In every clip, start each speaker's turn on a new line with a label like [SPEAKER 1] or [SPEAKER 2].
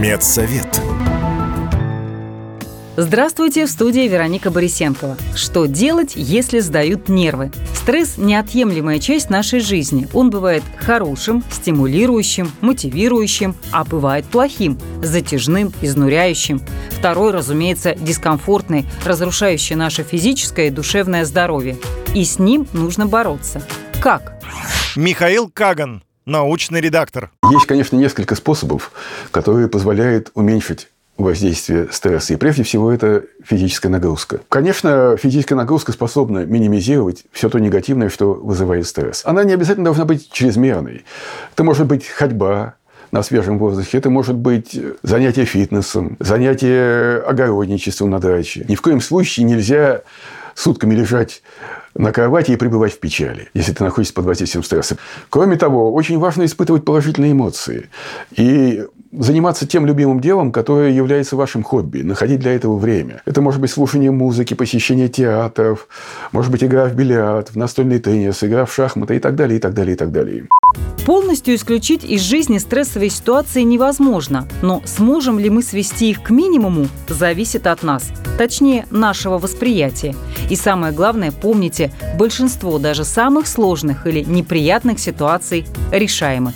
[SPEAKER 1] Медсовет.
[SPEAKER 2] Здравствуйте, в студии Вероника Борисенкова. Что делать, если сдают нервы? Стресс – неотъемлемая часть нашей жизни. Он бывает хорошим, стимулирующим, мотивирующим, а бывает плохим, затяжным, изнуряющим. Второй, разумеется, дискомфортный, разрушающий наше физическое и душевное здоровье. И с ним нужно бороться. Как?
[SPEAKER 1] Михаил Каган, научный редактор.
[SPEAKER 3] Есть, конечно, несколько способов, которые позволяют уменьшить воздействие стресса. И прежде всего это физическая нагрузка. Конечно, физическая нагрузка способна минимизировать все то негативное, что вызывает стресс. Она не обязательно должна быть чрезмерной. Это может быть ходьба на свежем воздухе, это может быть занятие фитнесом, занятие огородничеством на даче. Ни в коем случае нельзя сутками лежать на кровати и пребывать в печали, если ты находишься под воздействием стресса. Кроме того, очень важно испытывать положительные эмоции и заниматься тем любимым делом, которое является вашим хобби, находить для этого время. Это может быть слушание музыки, посещение театров, может быть игра в бильярд, в настольный теннис, игра в шахматы и так далее, и так далее, и так далее.
[SPEAKER 2] Полностью исключить из жизни стрессовые ситуации невозможно, но сможем ли мы свести их к минимуму, зависит от нас, точнее, нашего восприятия. И самое главное, помните, большинство даже самых сложных или неприятных ситуаций решаемы.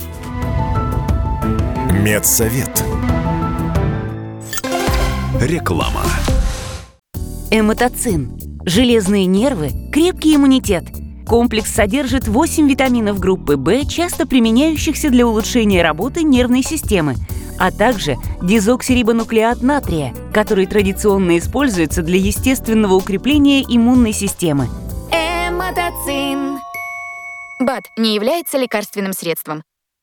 [SPEAKER 1] Медсовет. Реклама.
[SPEAKER 4] Эмотоцин. Железные нервы, крепкий иммунитет. Комплекс содержит 8 витаминов группы В, часто применяющихся для улучшения работы нервной системы, а также дезоксирибонуклеат натрия, который традиционно используется для естественного укрепления иммунной системы.
[SPEAKER 5] Эмотоцин. БАД не является лекарственным средством.